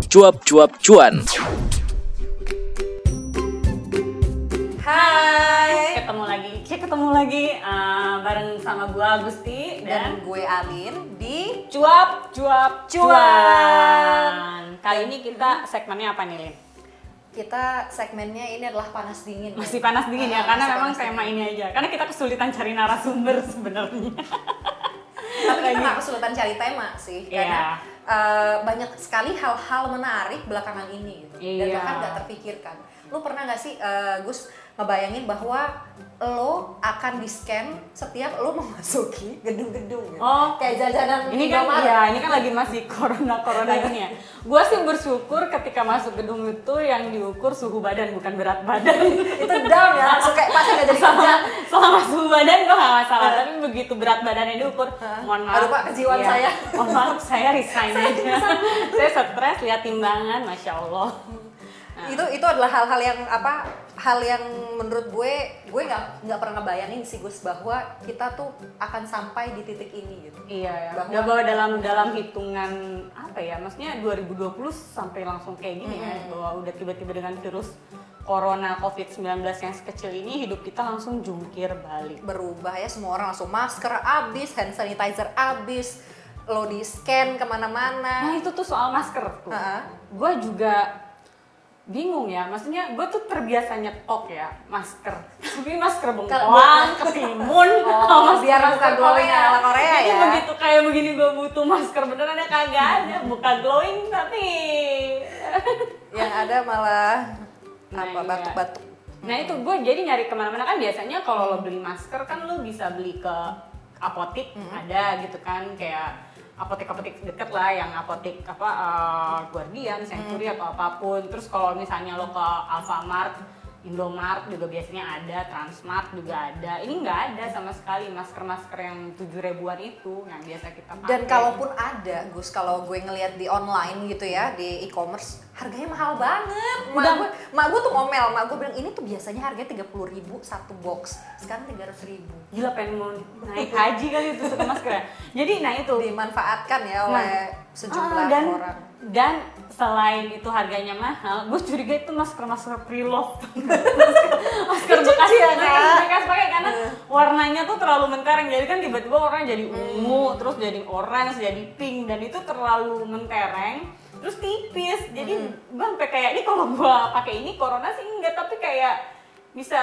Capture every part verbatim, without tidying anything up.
cuap-cuap cuan. Hai, ketemu lagi, Cik ketemu lagi uh, bareng sama gue Agusti dan, dan gue Alin di Cuap Cuap Cuan. Kali ini kita segmennya apa nih, Lin? Kita segmennya ini adalah panas dingin. Masih panas dingin ya, uh, karena memang tema dingin. Ini aja. Karena kita kesulitan cari narasumber sebenarnya. Tapi kita nggak kesulitan cari tema sih, karena yeah. uh, banyak sekali hal-hal menarik belakangan ini gitu. Yeah. Dan bahkan nggak terpikirkan. Lu pernah nggak sih, uh, Gus, ngebayangin bahwa lo akan di-scan setiap lo memasuki gedung-gedung gitu. Oh, kayak jajanan ini kan ya, ini kan lagi masih corona-corona ini ya. Gua sih bersyukur ketika masuk gedung itu yang diukur suhu badan bukan berat badan. Itu down ya, langsung kayak pasti nggak jadi kerja. Selama suhu badan gua nggak masalah, tapi begitu berat badannya diukur, mohon maaf. Aduh Pak, kejiwaan ya, saya. Mohon maaf, saya resign aja. Saya stres lihat timbangan, masya Allah. Nah. itu itu adalah hal-hal yang apa hal yang menurut gue gue nggak nggak pernah ngebayangin sih Gus, bahwa kita tuh akan sampai di titik ini gitu. Iya ya. Bahwa, udah bahwa dalam dalam hitungan apa ya, maksudnya dua ribu dua puluh sampai langsung kayak gini mm-hmm. ya, bahwa udah tiba-tiba dengan virus corona covid sembilan belas yang sekecil ini hidup kita langsung jungkir balik. Berubah ya, semua orang langsung masker abis, hand sanitizer abis, lo di scan kemana-mana. Nah itu tuh soal masker tuh. Uh-huh. Gue juga bingung ya, maksudnya gue tuh terbiasa nyetok ya masker, tapi masker bengkoang, ketimun, oh, oh biar buka glowing ala Korea jadi ya. Begitu kayak begini gue butuh masker beneran ya kagak ada, buka glowing tapi yang ada malah nah, apa iya. batuk-batuk. Nah itu gue jadi nyari kemana-mana kan, biasanya kalau lo beli masker kan lo bisa beli ke apotik hmm. ada gitu kan, kayak apotek-apotek deket lah, yang apotek apa uh, Guardian, Century hmm. atau apapun. Terus kalau misalnya lo ke Alfamart, Indomart juga biasanya ada, Transmart juga ada. Ini nggak ada sama sekali masker-masker yang tujuh ribuan itu yang biasa kita pakai. Dan kalaupun ada, Gus, kalau gue ngelihat di online gitu ya, di e-commerce, harganya mahal banget. Mak gue, mak gue tuh ngomel, mak gue bilang ini tuh biasanya harganya tiga puluh ribu satu box, sekarang tiga ratus ribu. Gila, pengen mau naik haji kali itu satu masker ya. Jadi nah itu dimanfaatkan ya oleh nah, sejumlah ah, dan, orang. Dan selain itu harganya mahal, gue curiga itu masker-masker pre-loved. masker bekas ya, bekas pakai karena warnanya tuh terlalu mentereng. Jadi kan tiba-tiba orang jadi ungu, hmm. terus jadi orange, jadi pink, dan itu terlalu mentereng. Terus tipis, jadi hmm. gue sampai kayak ini kalau gue pakai ini corona sih enggak, tapi kayak bisa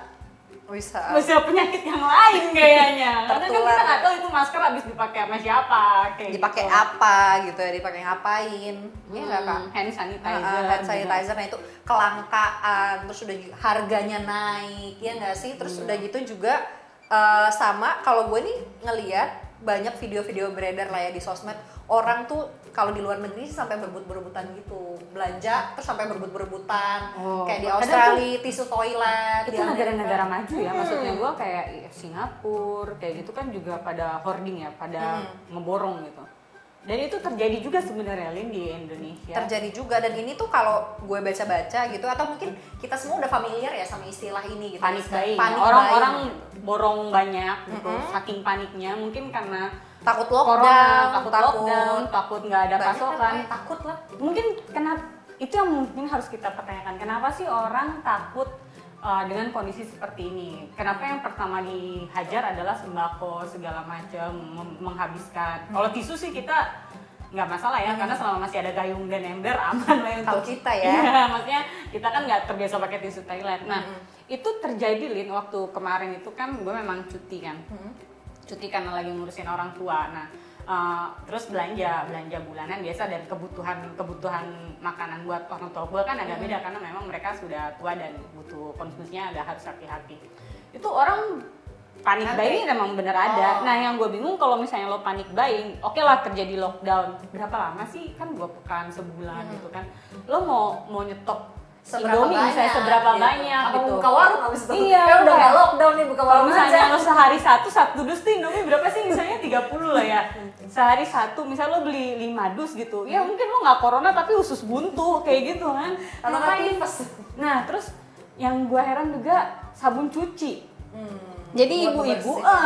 bisa bisa penyakit yang lain kayaknya. Karena kan kita nggak tahu itu masker habis dipakai sama siapa, kayak dipakai gitu. apa gitu ya, dipakai ngapain? Iya nggak hmm. kan? Hand sanitizer, uh, hand sanitizer, nah itu kelangkaan, terus udah harganya naik, ya nggak sih? Terus hmm. udah gitu juga uh, sama kalau gue nih ngelihat banyak video-video beredar lah ya di sosmed, orang tuh kalau di luar negeri sampai berebut-berebutan gitu, belanja terus sampai berebut-berebutan, oh. kayak di Australia tisu toilet. Itu negara-negara maju ya, hmm. maksudnya gue kayak Singapura kayak gitu kan juga pada hoarding ya, pada hmm. ngeborong gitu. Dan itu terjadi juga sebenarnya, Lin, di Indonesia. Terjadi juga, dan ini tuh kalau gue baca-baca gitu, atau mungkin kita semua udah familiar ya sama istilah ini gitu. Panik buying. Panik Orang-orang buying. borong banyak gitu, Mm-hmm. saking paniknya mungkin karena takut lockdown, corona, takut, takut lockdown, takut nggak ada pasokan. Kan, takut lah. Mungkin kenapa itu yang mungkin harus kita pertanyakan. Kenapa sih orang takut uh, dengan kondisi seperti ini? Kenapa yang pertama dihajar adalah sembako segala macam, mem- menghabiskan. Hmm. Kalau tisu sih kita nggak masalah ya, hmm. karena selama masih ada gayung dan ember aman lah untuk tahu kita ya. Iya, maksudnya kita kan nggak terbiasa pakai tisu toilet. Nah, hmm. itu terjadi, Lin, waktu kemarin itu kan gue memang cuti kan. Hmm. cuti karena lagi ngurusin orang tua. Nah, uh, terus belanja, belanja bulanan biasa, dan kebutuhan kebutuhan makanan buat orang tua gue kan agak beda, karena memang mereka sudah tua dan butuh konsumsinya agak harus hati-hati. Itu orang panik buying memang bener ada. Oh. Nah, yang gue bingung kalau misalnya lo panik buying, oke okay lah terjadi lockdown. Berapa lama sih? Kan dua pekan, sebulan hmm. gitu kan. Lo mau mau nyetok seberapa Indomie banyak, misalnya seberapa gitu. banyak apa gitu. buka warung abis itu? Iya, ya udah nggak lockdown nih, buka warung aja. Misalnya lo sehari satu, satu dus tuh Indomie berapa sih? Misalnya tiga puluh lah ya. Sehari satu, misalnya lo beli lima dus gitu. Ya mungkin lo nggak corona tapi usus buntu kayak gitu kan. Atau tipes. Nah, terus yang gue heran juga sabun cuci. Hmm, Jadi ibu-ibu, ah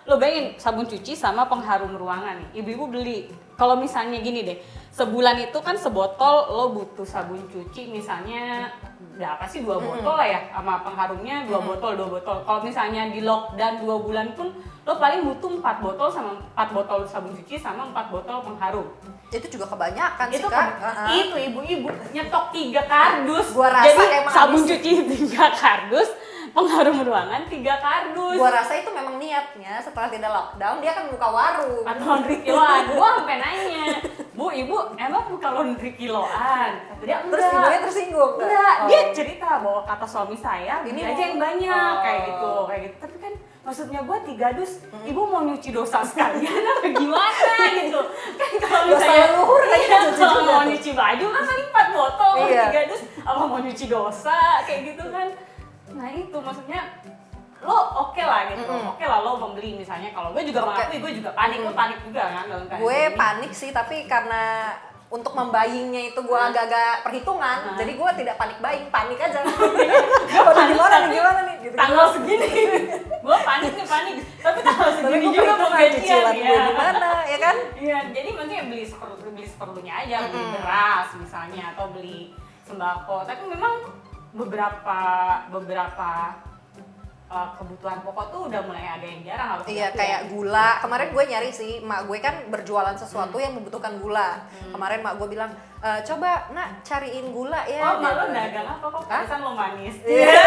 lo bayangin sabun cuci sama pengharum ruangan nih, ibu-ibu beli. Kalau misalnya gini deh, sebulan itu kan sebotol lo butuh sabun cuci misalnya berapa sih, dua botol lah ya, sama pengharumnya dua botol dua botol. Kalau misalnya di lockdown dua bulan pun lo paling butuh empat botol sama empat botol sabun cuci sama empat botol pengharum. Itu juga kebanyakan Itu sih Kak. kan, uh-huh. Itu ibu-ibu nyetok tiga kardus. Gua rasa jadi emang sabun habis. cuci tiga kardus, pengharum ruangan tiga kardus. Gua rasa itu memang niatnya setelah tidak lockdown dia akan buka warung atau laundry kiloan. Gua sampai nanya, Bu, ibu emang buka laundry kiloan? Kata dia enggak. Terus ibunya tersinggung nggak? Enggak, Oh. dia cerita bahwa kata suami saya Ini ini aja mau- yang banyak Oh. kayak gitu, kayak gitu. Tapi kan maksudnya gua tiga dus, ibu mau nyuci dosa sekalian apa gimana gitu? Kan kalau Dosa misalnya leluhur kan iya, cuci kalau juga mau tuh. nyuci baju kan paling empat botol, Iya. tiga dus, apa mau nyuci dosa kayak gitu kan? Nah itu maksudnya lo oke lah gitu, Mm-mm. oke lah lo membeli misalnya. Kalau gue juga Oke. mengakui gue juga panik, lo panik juga kan dalam keadaan Gue ini. panik sih, tapi karena untuk membayingnya itu gue Hah? agak-agak perhitungan, Hah? jadi gue tidak panik buying, panik aja. Gue Waduh, panik, gimana nih, tapi gimana nih? Gitu. tanggal segini gue panik nih panik, tapi tanggal Tapi segini gue juga mau perhitungan gajian cicilan ya. gue gimana, ya kan? Iya, jadi maksudnya beli seperlu beli seperlunya aja, beli beras misalnya atau beli sembako. Tapi memang beberapa beberapa uh, kebutuhan pokok tuh udah mulai ada yang jarang harus Iya, dilakukan. kayak gula. Kemarin gue nyari sih, mak gue kan berjualan sesuatu yang membutuhkan gula. Kemarin mak gue bilang, e, coba nak cariin gula ya. Oh, Dia malu bilang. dagang apa kok? Hah? Pantesan lo manis. Iya.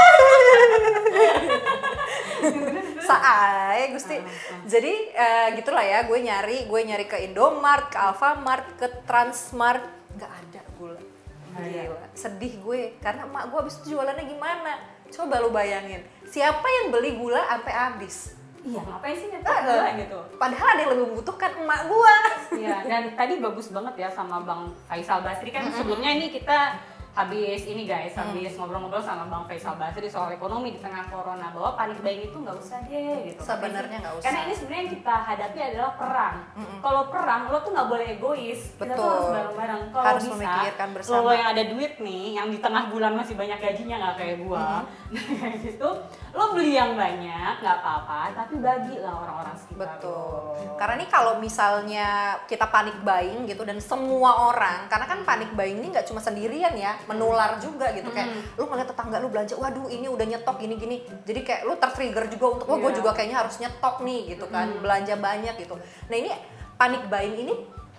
Saai Gusti. Jadi eh, gitulah ya, gue nyari, gue nyari ke Indomart, ke Alfamart, ke Transmart, nggak ada gula. Nggak ada. Gila, sedih gue karena emak gue habis itu jualannya gimana? Coba lu bayangin, siapa yang beli gula sampai habis? Iya, ngapain sih nyetok Eh, gula gitu? Padahal ada yang lebih membutuhkan emak gue. Iya, dan tadi bagus banget ya sama Bang Faisal Basri kan. Sebelumnya ini kita habis ini guys, habis ngobrol-ngobrol sama Bang Faisal Basri soal ekonomi di tengah corona, bahwa panik buying itu nggak usah deh gitu. Sebenarnya nggak usah. Karena ini sebenarnya yang kita hadapi adalah perang. Kalau perang lo tuh nggak boleh egois. Kita tuh Betul. harus bareng-bareng. Kalau Harus bisa, memikirkan bersama. lo yang ada duit nih, yang di tengah bulan masih banyak gajinya nggak kayak gua, kayak gitu, lo beli yang banyak nggak apa-apa, tapi bagilah orang-orang sekitar. Betul. lo. Karena nih kalau misalnya kita panik buying gitu dan semua orang, karena kan panik buying ini nggak cuma sendirian ya, menular juga gitu. Kayak lu ngeliat tetangga lu belanja, waduh ini udah nyetok gini-gini. Jadi kayak lu tertrigger juga untuk, wah gue Iya. juga kayaknya harus nyetok nih gitu kan, belanja banyak gitu. Nah ini panik buying ini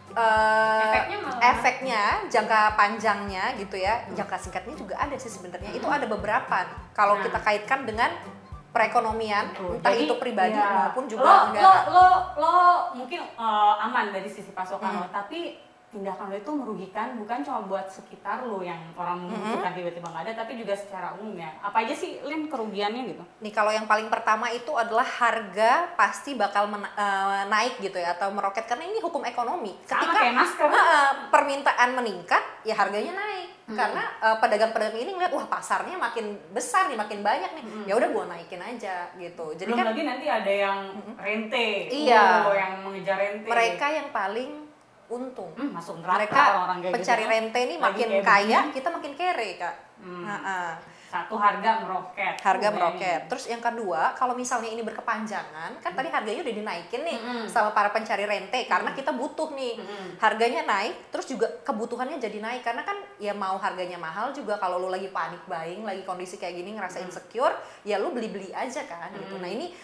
eh, Efeknya malah- efeknya jangka panjangnya gitu ya, jangka singkatnya juga ada sih sebenarnya. Itu ada beberapa nih. Kalau Nah. kita kaitkan dengan perekonomian, Tuh, entah jadi, itu pribadi ya, maupun lo, juga lo, negara. lo, lo mungkin uh, aman dari sisi pasokan Hmm. lo, tapi tindakan lo itu merugikan bukan cuma buat sekitar lo yang orang membutuhkan tiba-tiba nggak ada, tapi juga secara umum ya. Apa aja sih Lin kerugiannya gitu? Nih kalau yang paling pertama itu adalah harga pasti bakal men- eh, naik gitu ya, atau meroket karena ini hukum ekonomi. Sama kayak masker. eh, eh, permintaan meningkat, ya harganya naik. Karena eh, pedagang-pedagang ini ngeliat, wah pasarnya makin besar nih, makin banyak nih. Ya udah gua naikin aja gitu. Jadi Belum kan lagi nanti ada yang rente, Iya. oh, yang mengejar rente. mereka yang paling untung. Hmm, masuk neraka Mereka orang-orang kayak pencari gitu. rente ini Lagi makin kayak kaya, begini. kita makin kere kak. Hmm. Nah, Satu harga meroket. harga Tuh, meroket. bayangin. Terus yang kedua, kalau misalnya ini berkepanjangan, kan tadi harganya udah dinaikin nih Mm-mm. sama para pencari rente karena kita butuh nih. Mm-mm. Harganya naik, terus juga kebutuhannya jadi naik karena kan ya mau harganya mahal juga kalau lu lagi panik buying, lagi kondisi kayak gini ngerasa insecure, ya lu beli-beli aja kan gitu. Nah, ini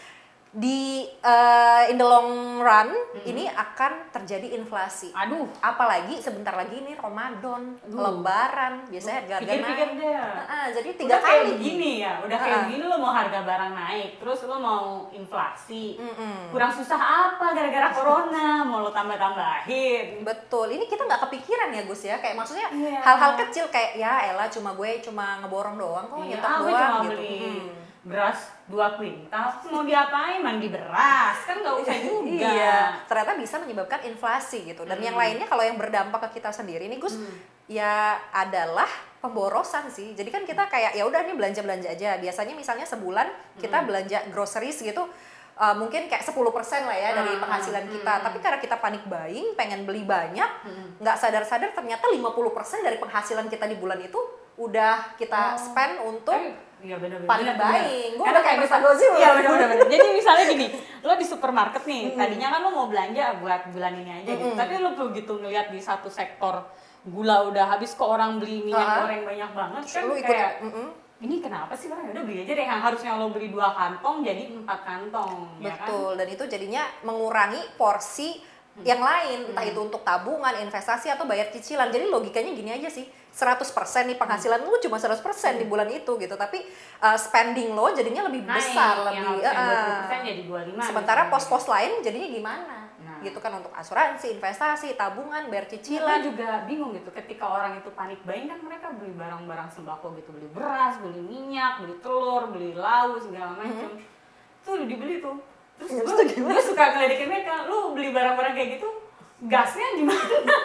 di uh, in the long run ini akan terjadi inflasi. Aduh, Apalagi sebentar lagi ini Ramadan, Aduh. Lebaran, biasanya harga-harga pikir-pikir naik. deh. Nah, jadi Udah tiga kayak kali begini ya, udah kayak Ah. begini lo mau harga barang naik, terus lo mau inflasi, Mm-mm. kurang susah apa gara-gara corona, mau lo tambah-tambahin. Betul, ini kita nggak kepikiran ya Gus ya, kayak maksudnya Iya. hal-hal kecil kayak ya elah cuma gue cuma ngeborong doang kok, Iya, nyetok ah, gue doang cuma gitu. beli Hmm. beras dua kuintal, mau diapain, mandi beras, kan nggak usah juga. Iya, ternyata bisa menyebabkan inflasi gitu. Dan yang lainnya kalau yang berdampak ke kita sendiri nih Gus, ya adalah pemborosan sih. Jadi kan kita kayak ya udah nih belanja-belanja aja. Biasanya misalnya sebulan kita belanja groceries gitu. uh, mungkin kayak sepuluh persen lah ya dari Hmm, penghasilan hmm, kita. hmm. Tapi karena kita panik buying, pengen beli banyak, nggak sadar-sadar ternyata lima puluh persen dari penghasilan kita di bulan itu udah kita Oh. spend untuk Tapi Iya benar-benar. Panik buying. Gue Karena udah kayak misal- Mirsa Gozil. Iya benar-benar. Jadi misalnya gini, lo di supermarket nih, tadinya kan lo mau belanja buat bulan ini aja gitu, tapi lo begitu ngeliat di satu sektor gula udah habis, kok orang beli minyak Uh-huh. goreng banyak banget kan, Lu ikut, kayak mm-mm. ini kenapa sih orang udah beli aja deh, yang harusnya lo beli dua kantong jadi empat kantong. Betul, dan itu jadinya mengurangi porsi yang lain, entah itu untuk tabungan, investasi, atau bayar cicilan. Jadi logikanya gini aja sih, seratus persen nih penghasilan lu cuma seratus persen di bulan itu gitu, tapi uh, spending lo jadinya lebih Naik, besar, yang lebih harusnya uh, dua puluh persen jadi dua puluh lima. sementara misalnya. pos-pos lain jadinya gimana? Nah. Gitu kan, untuk asuransi, investasi, tabungan, bayar Gue cicilan. juga bingung gitu, ketika orang itu panik buying kan mereka beli barang-barang sembako gitu, beli beras, beli minyak, beli telur, beli lauk segala macam. Mm-hmm. Tuh udah dibeli tuh. Terus Ya, gue, terus gimana? gue suka ngeledekin mereka, lu beli barang-barang kayak gitu, gasnya gimana?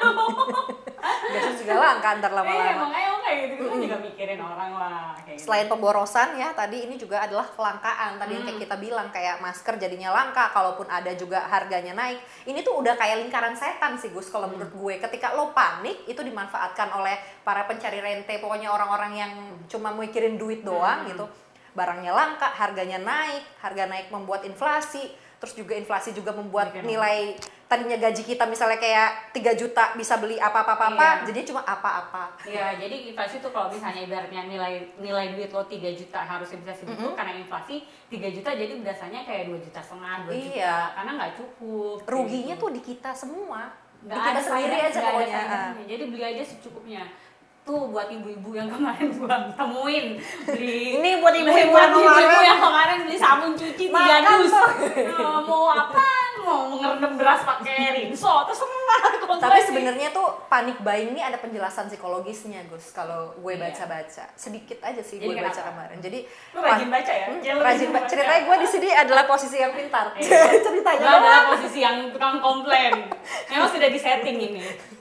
Biasanya juga langka ntar Eh, lama-lama. makanya lo kayak gitu, kita juga mikirin orang lah kayak gitu. Selain pemborosan ya, tadi ini juga adalah kelangkaan. Tadi yang kayak kita bilang, kayak masker jadinya langka, kalaupun ada juga harganya naik. Ini tuh udah kayak lingkaran setan sih Gus, kalau menurut gue. Ketika lo panik, itu dimanfaatkan oleh para pencari rente, pokoknya orang-orang yang cuma mikirin duit doang gitu. Barangnya langka, harganya naik, harga naik membuat inflasi. Terus juga inflasi juga membuat Bikin nilai tadinya gaji kita misalnya kayak tiga juta bisa beli apa-apa-apa, Iya. jadinya cuma apa-apa. Iya, jadi inflasi tuh kalau misalnya ibaratnya nilai nilai duit lo tiga juta harusnya bisa segitu, Mm-hmm. karena inflasi tiga juta jadi biasanya kayak dua juta setengah, dua juta, Iya. karena nggak cukup. Ruginya gitu. tuh di kita semua, Nggak di kita ada sendiri faedah- aja nggak ada pokoknya. faedahnya. Jadi beli aja secukupnya. Tuh buat ibu-ibu yang kemarin gua temuin beli. Ini buat ibu-ibu buat yang ibu-ibu kemarin. yang kemarin beli sabun cuci tiga Makan dus. tuh. Nah, mau apa? Mau ngerendam beras pakai rinso terserah. Tapi sebenarnya tuh panic buying ini ada penjelasan psikologisnya Gus, kalau gue Iya. baca-baca sedikit aja sih. Jadi Gue baca kenapa? kemarin. Jadi Lu rajin pan- baca ya? Hmm, Jangan lu rajin rajin baca. baca. Ceritanya gue di sini adalah posisi yang pintar. Iya. Ceritanya Gua adalah doang. posisi yang tukang komplain. Memang sudah disetting ini.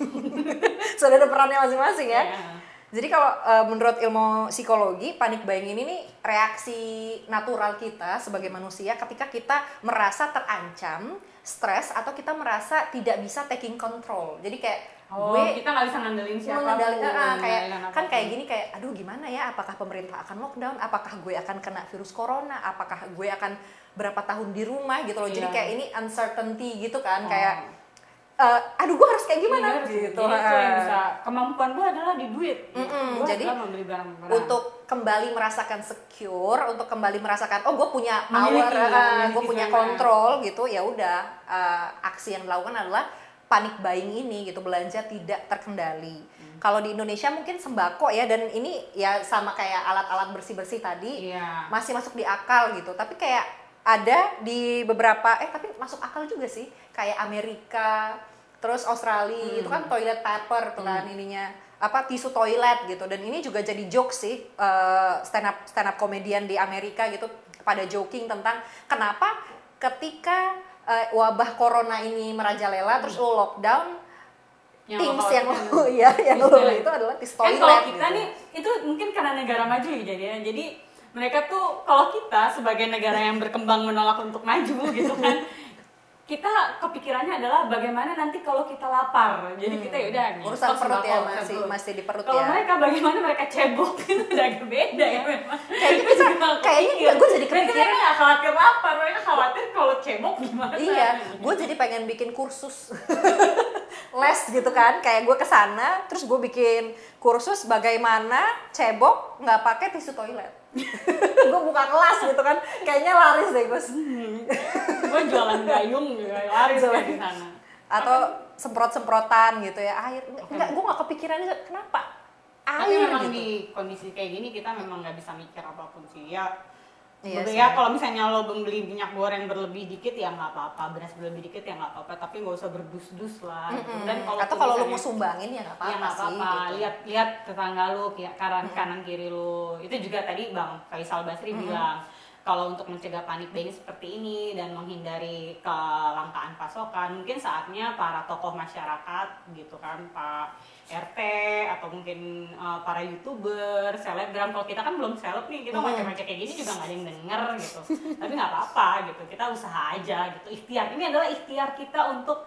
Sudah ada perannya masing-masing ya. Iya. Jadi kalau uh, menurut ilmu psikologi, panic buying ini nih reaksi natural kita sebagai manusia ketika kita merasa terancam, stres, atau kita merasa tidak bisa taking control. Jadi kayak Oh, gue kita nggak bisa ngandelin siapa. mengendalikan ah, kayak kan kayak gini, kayak aduh gimana ya, apakah pemerintah akan lockdown, apakah gue akan kena virus corona, apakah gue akan berapa tahun di rumah gitu loh. Jadi Iya. kayak ini uncertainty gitu kan, Oh. kayak eh, aduh gue harus kayak gimana Iya, gitu. Jadi itu yang Ah. bisa, kemampuan gue adalah di duit. Mm-mm, Gue jadi adalah membeli barang-barang. untuk kembali merasakan secure, untuk kembali merasakan oh gue punya Memiliki, power, uh, memiliki gue punya sebenarnya. kontrol gitu, ya udah uh, aksi yang dilakukan adalah panic buying ini gitu, belanja tidak terkendali. Hmm. Kalau di Indonesia mungkin sembako ya, dan ini ya sama kayak alat-alat bersih-bersih tadi Iya. masih masuk di akal gitu, tapi kayak ada di beberapa eh tapi masuk akal juga sih, kayak Amerika, terus Australia Hmm. itu kan toilet paper tuh kan ininya apa tisu toilet gitu, dan ini juga jadi joke sih, uh, stand up stand up komedian di Amerika gitu pada joking tentang kenapa ketika uh, wabah corona ini merajalela terus lo lockdown, Yang Teams lo yang khawatirkan. lo ya yang lo Toilet. itu adalah tisu Kan toilet kalau kita gitu. nih, itu mungkin karena negara maju ya jadi ya. Jadi mereka tuh, kalau kita sebagai negara yang berkembang menolak untuk maju gitu kan, kita kepikirannya adalah bagaimana nanti kalau kita lapar. Jadi kita ya udah nih, Urusan stok perut ya, sembako, masih perut. masih di perut Kalau ya. mereka bagaimana mereka cebok itu udah agak beda ya memang. Kayaknya Gue kita- juga nggak kayaknya kepikir. gue jadi Berarti kepikiran. mereka nggak khawatir lapar, mereka khawatir kalau cebok gimana. Iya, gue jadi pengen bikin kursus les gitu kan, kayak gue kesana terus gue bikin kursus bagaimana cebok nggak pakai tisu toilet. Gue buka kelas gitu kan, kayaknya laris deh Gus. Gue jualan gayung juga laris kan di sana. Atau semprot-semprotan gitu ya, air. Enggak, gue nggak kepikiran itu kenapa Tapi air memang gitu. di kondisi kayak gini kita memang nggak bisa mikir apapun sih ya. Iya Bener sih. ya, kalau misalnya lo beli minyak goreng berlebih dikit ya nggak apa-apa, beras berlebih dikit ya nggak apa-apa, tapi nggak usah berdus-dus lah. gitu. Mm-mm. Dan kalau Atau tuh kalau lo mau misalnya- sumbangin ya nggak ya apa-apa nggak sih. apa-apa, Gitu. lihat lihat tetangga lo kayak kanan kanan kiri lo. Itu juga tadi Bang Faisal Basri bilang kalau untuk mencegah panik buying seperti ini dan menghindari kelangkaan pasokan, mungkin saatnya para tokoh masyarakat gitu kan, Pak R T atau mungkin uh, para youtuber, selebgram. Kalau kita kan belum seleb nih, kita macam-macam kayak gini juga nggak ada yang denger gitu. Tapi nggak apa-apa gitu, kita usaha aja gitu. Ikhtiar ini adalah ikhtiar kita untuk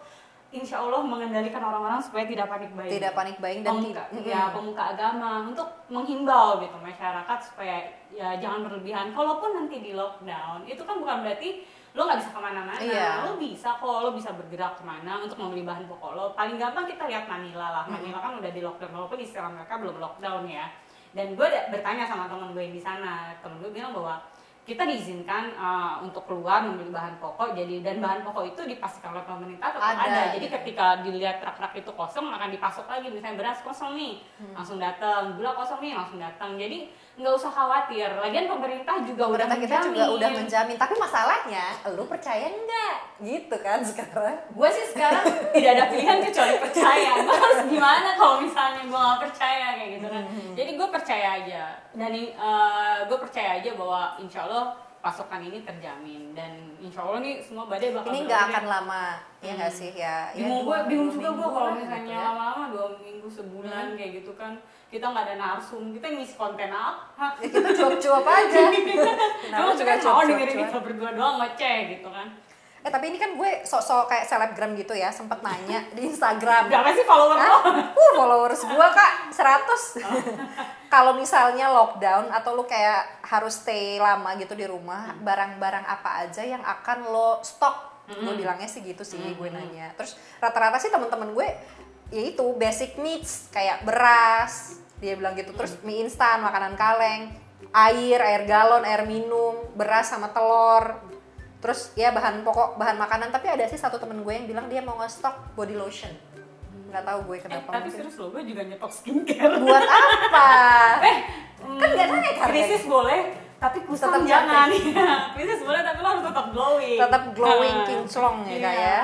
insya Allah mengendalikan orang-orang supaya tidak panik buying. Tidak panik buying dan pemuka, tidak. ya pemuka agama untuk menghimbau gitu masyarakat supaya ya jangan berlebihan. Kalaupun nanti di lockdown itu kan bukan berarti lo nggak bisa kemana-mana, iya. lo bisa kok, lo bisa bergerak kemana untuk membeli bahan pokok lo. Paling gampang kita lihat Manila lah, Manila kan udah di lockdown walaupun istilah mereka belum lockdown ya. Dan gue bertanya sama teman gue yang di sana, teman gue bilang bahwa kita diizinkan uh, untuk keluar membeli bahan pokok, jadi dan bahan pokok itu dipastikan oleh pemerintah tetap ada, ada. Jadi ketika dilihat rak-rak itu kosong akan dipasok lagi, misalnya beras kosong nih hmm. langsung datang, gula kosong nih langsung datang, jadi nggak usah khawatir. Lagian pemerintah juga pemerintah udah kita menjamin. juga udah menjamin, tapi masalahnya lu percaya nggak gitu kan sekarang? Gue sih sekarang tidak ada pilihan kecuali percaya. Gue harus gimana kalau misalnya gue nggak percaya kayak gitu kan. Hmm. Jadi gue percaya aja dan uh, gue percaya aja bahwa insya Allah pasokan ini terjamin dan insya Allah nih semua badai bakal ini nggak akan lama ya nggak hmm. sih ya, ya bingung gue bingung juga gue kalau misalnya gitu ya. lama-lama dua minggu sebulan hmm. kayak gitu kan kita nggak ada narsum, kita ngisi konten apa ya, kita cuap-cuap aja kamu juga mau dengerin kita berdua doang ngeceh gitu kan. Eh tapi ini kan gue sok-sok kayak selebgram gitu ya, sempet nanya di Instagram. Berapa sih follower lo? Uh, followers gue kak seratus. Oh. Kalau misalnya lockdown atau lu kayak harus stay lama gitu di rumah, hmm. barang-barang apa aja yang akan lo stok? Hmm. Gue bilangnya sih gitu sih, hmm. gue nanya. Terus rata-rata sih teman-teman gue ya itu basic needs kayak beras, dia bilang gitu. Terus mie instan, makanan kaleng, air, air galon, air minum, beras sama telur. Terus ya bahan pokok, bahan makanan. Tapi ada sih satu temen gue yang bilang dia mau nge-stok body lotion. Nggak tahu gue kenapa. Eh, tapi serius loh, gue juga nyetok skincare. Buat apa? eh, kan nggak naik harganya. Krisis boleh, tapi kusam tetap jangan. Krisis boleh, tapi lo harus tetap glowing. Tetap glowing, kinclong ya iya. kayak.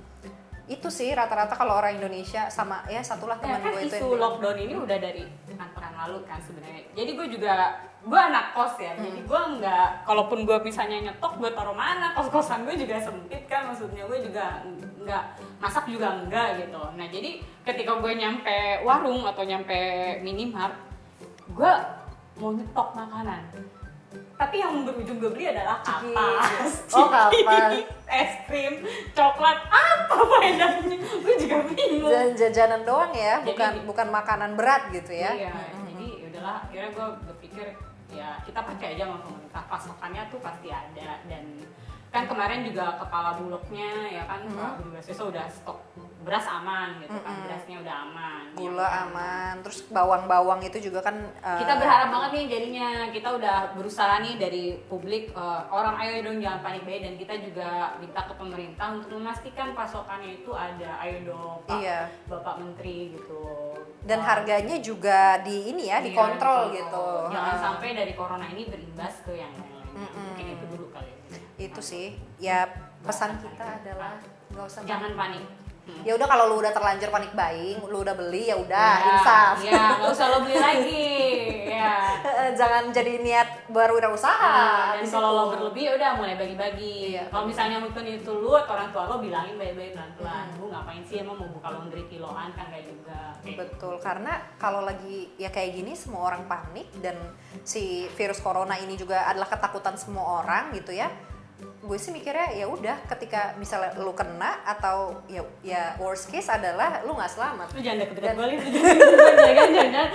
Itu sih rata-rata kalau orang Indonesia sama ya satulah teman ya, kan gue itu. Isu lockdown ini udah dari pekan lalu kan sebenarnya. Jadi gue juga gue anak kos ya, hmm. jadi gue nggak, kalaupun gue misalnya nyetok gue taruh mana, kos-kosan gue juga sempit kan, maksudnya gue juga nggak masak juga enggak gitu. Nah jadi ketika gue nyampe warung atau nyampe minimart, gue mau nyetok makanan, tapi yang berujung gue beli adalah kapas, oh kapas, es krim, coklat, apa faedahnya? Gue juga bingung. Jajanan doang ya, jadi, bukan bukan makanan berat gitu ya. Iya, hmm. jadi udahlah, akhirnya gue berpikir ya kita pakai aja sama pemerintah, pasokannya tuh pasti ada. Dan kan kemarin juga kepala bulognya ya kan, mm-hmm. Pak Budi Waseso udah stok beras aman gitu kan, mm-hmm. berasnya udah aman, gula ya, aman, terus bawang-bawang itu juga kan uh, kita berharap banget nih jadinya, kita udah berusaha nih dari publik, uh, orang ayo dong jangan panik buying, dan kita juga minta ke pemerintah untuk memastikan pasokannya itu ada, ayo dong Pak, iya. Bapak Menteri gitu. Dan harganya juga di ini ya, iya, dikontrol dikontrol gitu. Jangan uh. sampai dari corona ini berimbas ke yang lain. Mm-hmm. Mungkin itu dulu kali. Itu sih, ya pesan kita adalah nggak usah jangan panik. Hmm. Ya udah kalau lu udah terlanjur panik buying, lu udah beli ya udah ya, insaf. Iya, nggak usah lo beli lagi. Ya. Jangan jadi niat berwirausaha. Nah, dan kalau lo berlebih ya udah mulai bagi-bagi. Iya, kalau misalnya mungkin itu lu atau orang tua lo bilangin baik-baik pelan-pelan. Hmm. Bu ngapain sih emang mau buka laundry kiloan kan kayak juga. Betul, karena kalau lagi ya kayak gini semua orang panik dan si virus corona ini juga adalah ketakutan semua orang gitu ya. Gue sih mikirnya ya udah ketika misalnya lu kena atau ya ya worst case adalah lu nggak selamat. Lu jangan deket-deket gue nih, jangan jangan.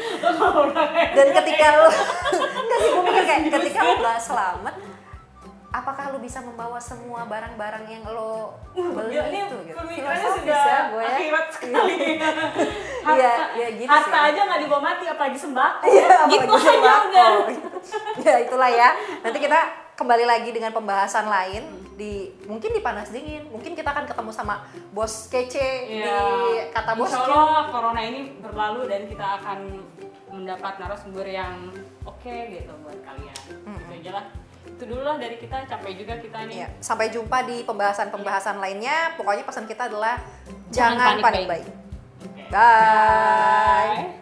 Dan ketika lu nggak sih gue mikir kayak ketika lu nggak selamat, apakah lu bisa membawa semua barang-barang yang lo beli uh, itu gitu? Filosofis ya gue ya. Akhirat sekali. Iya, ya gitu harta sih. aja nggak dibawa mati, apalagi sembako. Iya, gitu apalagi sembako. Ya itulah ya. Nanti kita kembali lagi dengan pembahasan lain di mungkin di panas dingin, mungkin kita akan ketemu sama bos kece ya, di kata bos. Insya Allah corona ini berlalu dan kita akan mendapat narasumber yang oke okay gitu buat kalian. Hmm. Itu aja lah. Itu dulu lah dari kita, capek juga kita nih. Ya, sampai jumpa di pembahasan-pembahasan ya. lainnya. Pokoknya pesan kita adalah jangan, jangan panik buying. Okay. Bye. Bye.